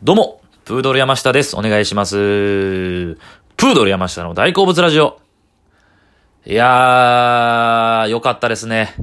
どうも、プードル山下です。お願いします。プードル山下の大好物ラジオ。いやー、よかったですね。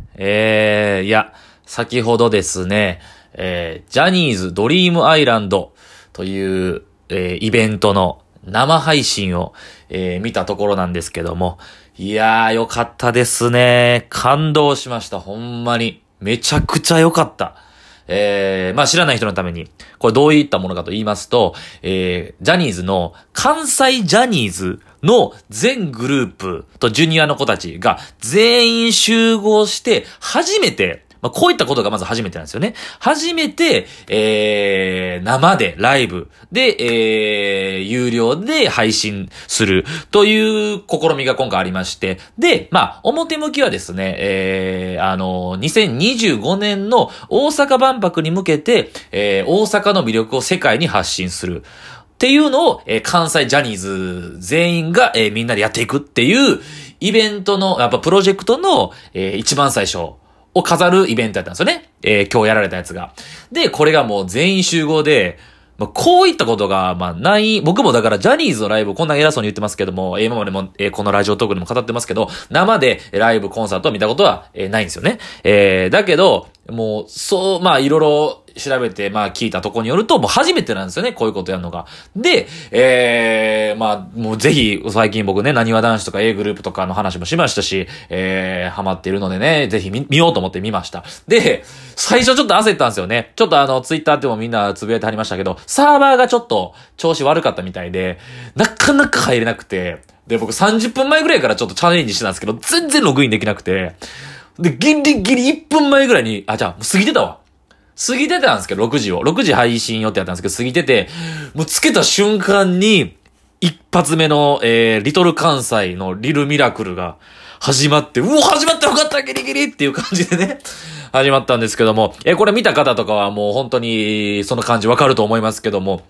先ほどですね、ジャニーズドリームアイランドという、イベントの生配信を、見たところなんですけども、いやー、よかったですね。感動しました。ほんまに。めちゃくちゃよかった。知らない人のために、これどういったものかと言いますと、ジャニーズの、関西ジャニーズの全グループとジュニアの子たちが全員集合して初めて、こういったことがまず初めてなんですよね。初めて、生で、ライブで、有料で配信するという試みが今回ありまして、で、表向きはですね、2025年の大阪万博に向けて、大阪の魅力を世界に発信する。っていうのを、関西ジャニーズ全員が、みんなでやっていくっていうイベントの、やっぱプロジェクトの、一番最初を飾るイベントやったんですよね。今日やられたやつが。で、これがもう全員集合で、こういったことが、ない、僕もだからジャニーズのライブこんな偉そうに言ってますけども、今までも、このラジオトークでも語ってますけど、生でライブコンサートを見たことは、ないんですよね。だけど、もう、そう、いろいろ調べて、聞いたとこによると、もう初めてなんですよね、こういうことやるのが。で、もうぜひ、最近僕ね、なにわ男子とか A グループとかの話もしましたし、ハマっているのでね、ぜひ見ようと思って見ました。で、最初ちょっと焦ったんですよね。ちょっとツイッターでもみんなつぶやいてはりましたけど、サーバーがちょっと調子悪かったみたいで、なかなか入れなくて、で、僕30分前ぐらいからちょっとチャレンジしてたんですけど、全然ログインできなくて、で、ギリギリ1分前ぐらいに、過ぎてたわ。過ぎてたんですけど、6時配信予定だったんですけど、過ぎてて、もうつけた瞬間に、一発目の、リトル関西のリルミラクルが始まって、始まったよかったギリギリっていう感じでね、始まったんですけども、これ見た方とかはもう本当にその感じわかると思いますけども、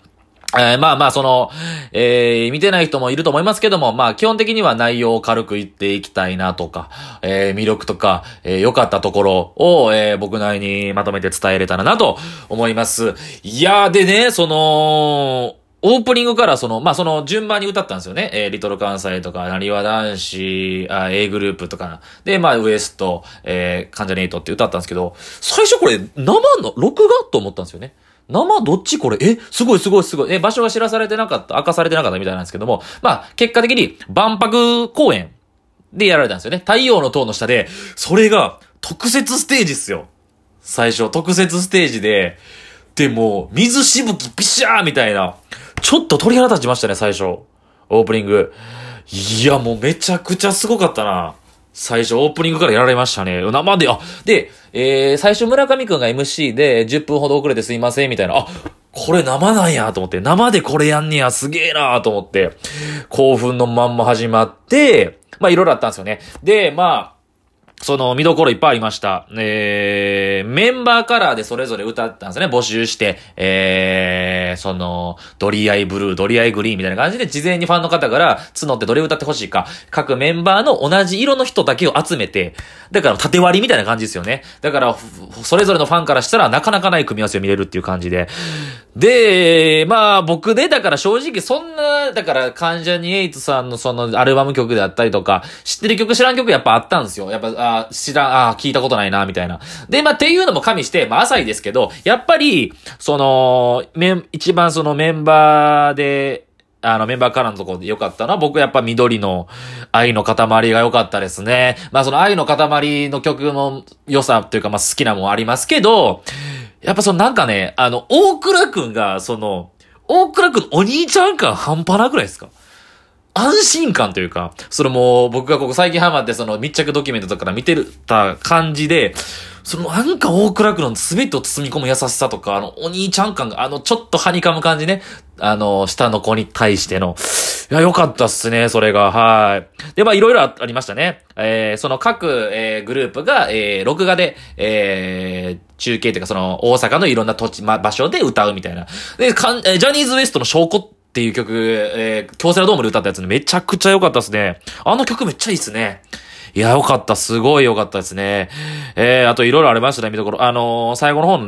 見てない人もいると思いますけども、基本的には内容を軽く言っていきたいなとか、魅力とか、良かったところを、僕なりにまとめて伝えれたらなと思います。いやー、でね、オープニングからその順番に歌ったんですよね。リトル関西とか、なにわ男子、A グループとか、で、ウエスト、関ジャニ∞って歌ったんですけど、最初これ、生の、録画と思ったんですよね。生どっちこれすごい。場所が知らされてなかった、明かされてなかったみたいなんですけども、結果的に万博公演でやられたんですよね。太陽の塔の下で、それが特設ステージっすよ。最初、特設ステージで、でも、水しぶきピシャーみたいな、ちょっと鳥肌立ちましたね、最初。オープニング。いや、もうめちゃくちゃすごかったな。最初、オープニングからやられましたね。生で、最初村上くんが MC で10分ほど遅れてすいませんみたいな、これ生なんやと思って、生でこれやんねや、すげえなと思って、興奮のまんま始まって、いろいろあったんですよね。で、見どころいっぱいありました。メンバーカラーでそれぞれ歌ったんですね。募集して、ドリアイブルー、ドリアイグリーンみたいな感じで、事前にファンの方から募ってどれ歌ってほしいか、各メンバーの同じ色の人だけを集めて、だから縦割りみたいな感じですよね。だから、それぞれのファンからしたらなかなかない組み合わせを見れるっていう感じで。で、僕で、だから正直そんな、だから関ジャニ∞さんのそのアルバム曲であったりとか、知ってる曲知らん曲やっぱあったんですよ。やっぱ、聞いたことないな、みたいな。で、っていうのも加味して、浅いですけど、やっぱり、一番メンバーで、メンバーカラーのところで良かったのは、僕やっぱ緑の愛の塊が良かったですね。その愛の塊の曲の良さというか、好きなもんありますけど、やっぱ大倉くんが、大倉くんお兄ちゃん感半端なくないですか？安心感というか、もう僕がここ最近ハマって密着ドキュメントとかから見てた感じで、大倉くんの全てを包み込む優しさとか、お兄ちゃん感が、ちょっとはにかむ感じね。下の子に対しての。いや、よかったっすね、それが。はい。で、いろいろありましたね。各、グループが、録画で、中継というか、大阪のいろんな土地、場所で歌うみたいな。で、ジャニーズ WEST の証拠っていう曲、京セラドームで歌ったやつめちゃくちゃ良かったっすね。あの曲めっちゃいいっすね。いや、良かった。すごい良かったですね。あといろいろありましたね、見どころ。最後の方のね、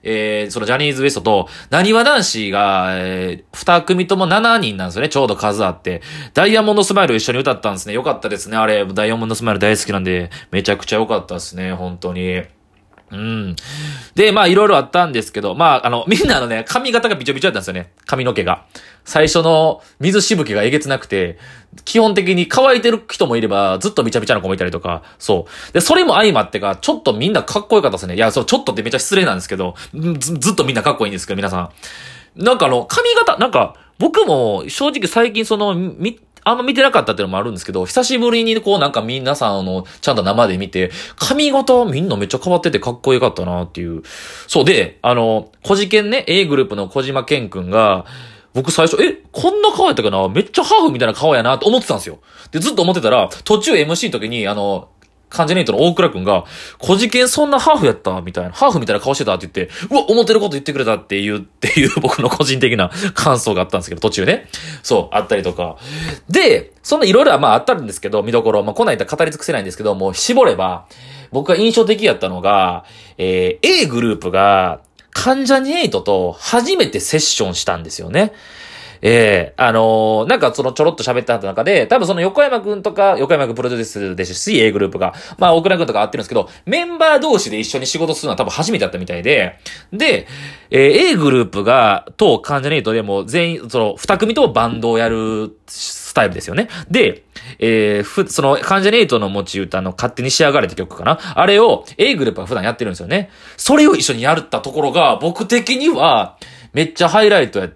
そのジャニーズ WEST と、なにわ男子が、二組とも7人なんですよね。ちょうど数あって。ダイヤモンドスマイルを一緒に歌ったんですね。よかったですね。あれ、ダイヤモンドスマイル大好きなんで、めちゃくちゃ良かったですね。本当に。うん。で、まあ、いろいろあったんですけど、まあ、みんなね、髪型がびちょびちょだったんですよね。髪の毛が。最初の水しぶきがえげつなくて、基本的に乾いてる人もいれば、ずっとびちゃびちゃな子もいたりとか、そう。で、それも相まってか、ちょっとみんなかっこよかったですね。いや、ちょっとってめっちゃ失礼なんですけど、ずっとみんなかっこいいんですけど、皆さん。なんか髪型、僕も正直最近あんま見てなかったっていうのもあるんですけど、久しぶりになんか皆さんちゃんと生で見て、髪型みんなめっちゃ変わっててかっこよかったなっていう。そうで、小事件ね、A グループの小島健くんが、僕最初、こんな顔やったかなめっちゃハーフみたいな顔やなって思ってたんですよ。で、ずっと思ってたら、途中 MC の時に、関ジャニ∞の大倉くんが、小事件そんなハーフやったみたいな、ハーフみたいな顔してたって言って、うわ、思ってること言ってくれたっていう僕の個人的な感想があったんですけど、途中ね。そう、あったりとか。で、そんないろいろはまああったんですけど、見どころ、まあこないだ語り尽くせないんですけど、もう絞れば、僕が印象的やったのが、A グループが、関ジャニ∞と初めてセッションしたんですよね。なんかちょろっと喋ってはった中で、多分その横山くんプロデュースですし、A グループが、まあ、大倉くんとか会ってるんですけど、メンバー同士で一緒に仕事するのは多分初めてだったみたいで、A グループと関ジャニ∞でも全員、二組とバンドをやるスタイルですよね。で、その関ジャニ∞の持ち歌の勝手に仕上がれって曲かな。あれを A グループは普段やってるんですよね。それを一緒にやったところが、僕的には、めっちゃハイライトやって、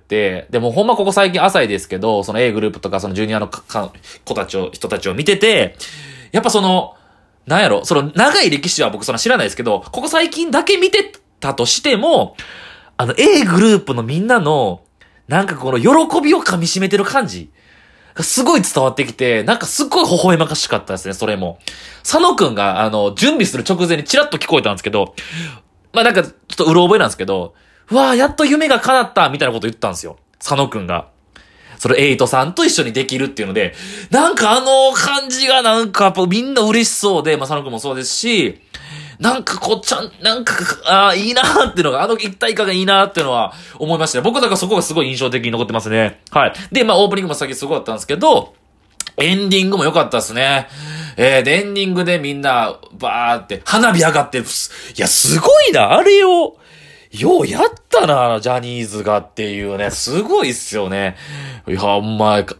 でもほんまここ最近浅いですけど、その A グループとかそのジュニアの人たちを見てて、やっぱなんやろ、長い歴史は僕知らないですけど、ここ最近だけ見てたとしても、A グループのみんなの、なんかこの喜びを噛み締めてる感じがすごい伝わってきて、なんかすっごい微笑ましかったですね、それも。佐野くんが、準備する直前にチラッと聞こえたんですけど、まあなんかちょっとうろ覚えなんですけど、うわーやっと夢が叶ったみたいなこと言ったんですよ。佐野くんが。エイトさんと一緒にできるっていうので、なんか感じがなんかやっぱみんな嬉しそうで、まあ佐野くんもそうですし、なんかなんか、いいなーっていうのが、一体感がいいなーっていうのは思いましたね。僕なんかそこがすごい印象的に残ってますね。はい。で、まあオープニングも先すごかったんですけど、エンディングも良かったですね。で、エンディングでみんな、バーって花火上がってる。いや、すごいな、あれを。ようやったな、ジャニーズがっていうね、すごいっすよね。いや、大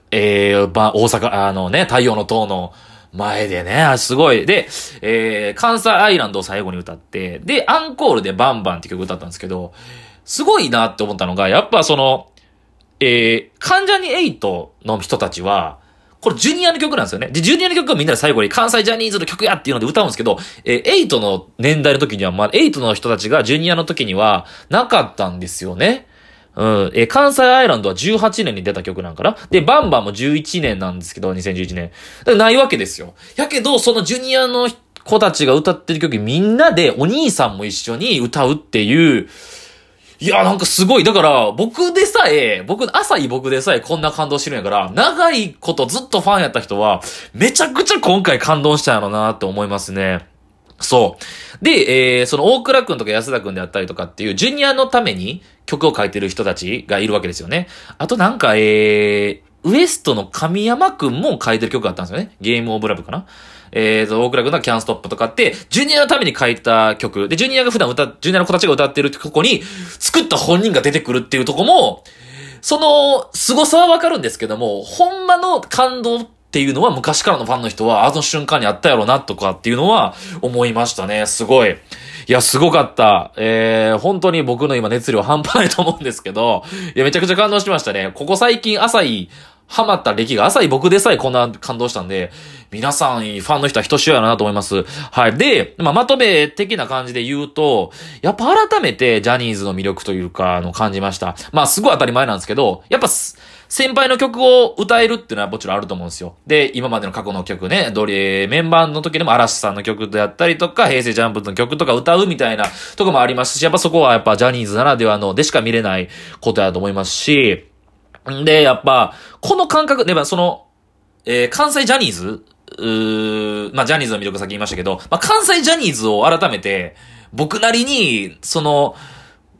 阪、太陽の塔の前でね、すごい。で、関西アイランドを最後に歌って、で、アンコールでバンバンって曲歌ったんですけど、すごいなって思ったのが、やっぱ関ジャニ∞の人たちは、これジュニアの曲なんですよね。で、ジュニアの曲はみんなで最後に関西ジャニーズの曲やっていうので歌うんですけど、8の年代の時には、まあ、8の人たちがジュニアの時にはなかったんですよね。うん。関西アイランドは18年に出た曲なんかな。で、バンバンも11年なんですけど、2011年。だからないわけですよ。やけど、そのジュニアの子たちが歌ってる曲みんなでお兄さんも一緒に歌うっていう、いや、なんかすごい。だから、浅い僕でさえこんな感動してるんやから、長いことずっとファンやった人は、めちゃくちゃ今回感動したんやろなって思いますね。そう。で、その大倉くんとか安田くんであったりとかっていう、ジュニアのために曲を書いてる人たちがいるわけですよね。あとなんか、ウエストの神山くんも書いてる曲があったんですよね。ゲームオブラブかな。大倉くんのキャンストップとかって、ジュニアのために書いた曲。で、ジュニアの子たちが歌ってるとこに、作った本人が出てくるっていうとこも、凄さはわかるんですけども、ほんまの感動っていうのは昔からのファンの人は、あの瞬間にあったやろな、とかっていうのは思いましたね。すごい。いや、すごかった。本当に僕の今熱量半端ないと思うんですけど、いや、めちゃくちゃ感動しましたね。ここ最近ハマった歴が浅い僕でさえこんな感動したんで、皆さんファンの人はひとしおやなと思います。はい。で、まとめ的な感じで言うと、やっぱ改めてジャニーズの魅力というか、感じました。まあ、すごい当たり前なんですけど、やっぱ先輩の曲を歌えるっていうのはもちろんあると思うんですよ。で、今までの過去の曲ね、メンバーの時でも嵐さんの曲であったりとか、平成ジャンプの曲とか歌うみたいなとこもありますし、やっぱそこはやっぱジャニーズならではのでしか見れないことやと思いますし、で、やっぱ、この感覚で、関西ジャニーズまあ、ジャニーズの魅力先言いましたけど、まあ、関西ジャニーズを改めて、僕なりに、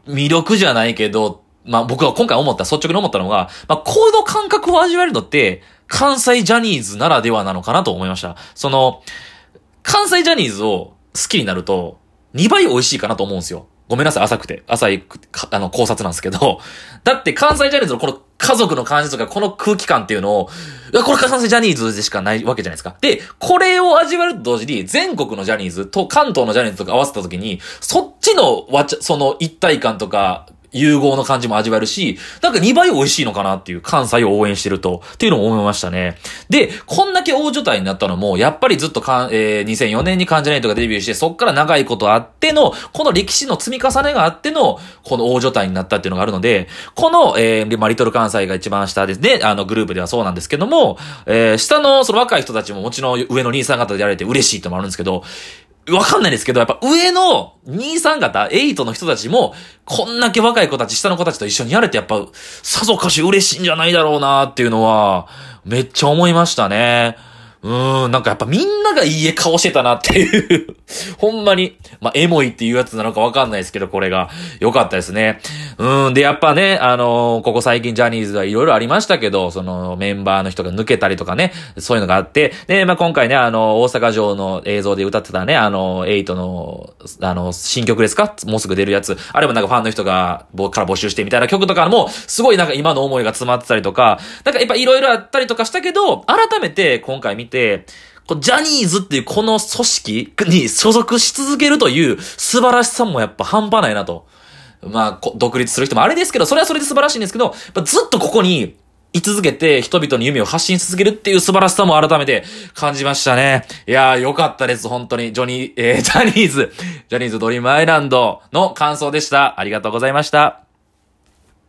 魅力じゃないけど、まあ僕は今回率直に思ったのが、まあこの感覚を味わえるのって、関西ジャニーズならではなのかなと思いました。関西ジャニーズを好きになると、2倍美味しいかなと思うんですよ。ごめんなさい、浅い考察なんですけど。だって関西ジャニーズのこの家族の感じとか、この空気感っていうのを、これ関西ジャニーズでしかないわけじゃないですか。で、これを味わえると同時に、全国のジャニーズと関東のジャニーズとか合わせた時に、そっちのその一体感とか、融合の感じも味わえるし、なんか2倍美味しいのかなっていう関西を応援してると、っていうのを思いましたね。で、こんだけ大所帯になったのも、やっぱりずっと2004年に関ジャニとかデビューして、そっから長いことあっての、この歴史の積み重ねがあっての、この大所帯になったっていうのがあるので、この、まあ、リトル関西が一番下ですね、グループではそうなんですけども、下のその若い人たちももちろん上の兄さん方でやられて嬉しいってのもあるんですけど、わかんないですけど、やっぱ上の兄さん方、8の人たちも、こんだけ若い子たち、下の子たちと一緒にやれてやっぱ、さぞかし嬉しいんじゃないだろうなっていうのは、めっちゃ思いましたね。なんかやっぱみんながいい顔してたなっていうほんまに、まあ、エモいっていうやつなのかわかんないですけど、これが良かったですね。で、やっぱね、ここ最近ジャニーズはいろいろありましたけど、そのメンバーの人が抜けたりとかね、そういうのがあって、で、まあ、今回ね、大阪城の映像で歌ってたね、エイトの、新曲ですか？もうすぐ出るやつ。あれもなんかファンの人が、から募集してみたいな曲とかも、すごいなんか今の思いが詰まってたりとか、なんかやっぱいろいろあったりとかしたけど、改めて今回見て、ジャニーズっていうこの組織に所属し続けるという素晴らしさもやっぱ半端ないなと。まあ、独立する人もあれですけど、それはそれで素晴らしいんですけど、やっぱずっとここに居続けて人々に夢を発信し続けるっていう素晴らしさも改めて感じましたね。いやーよかったです。本当に。ジャニーズドリームアイランドの感想でした。ありがとうございました。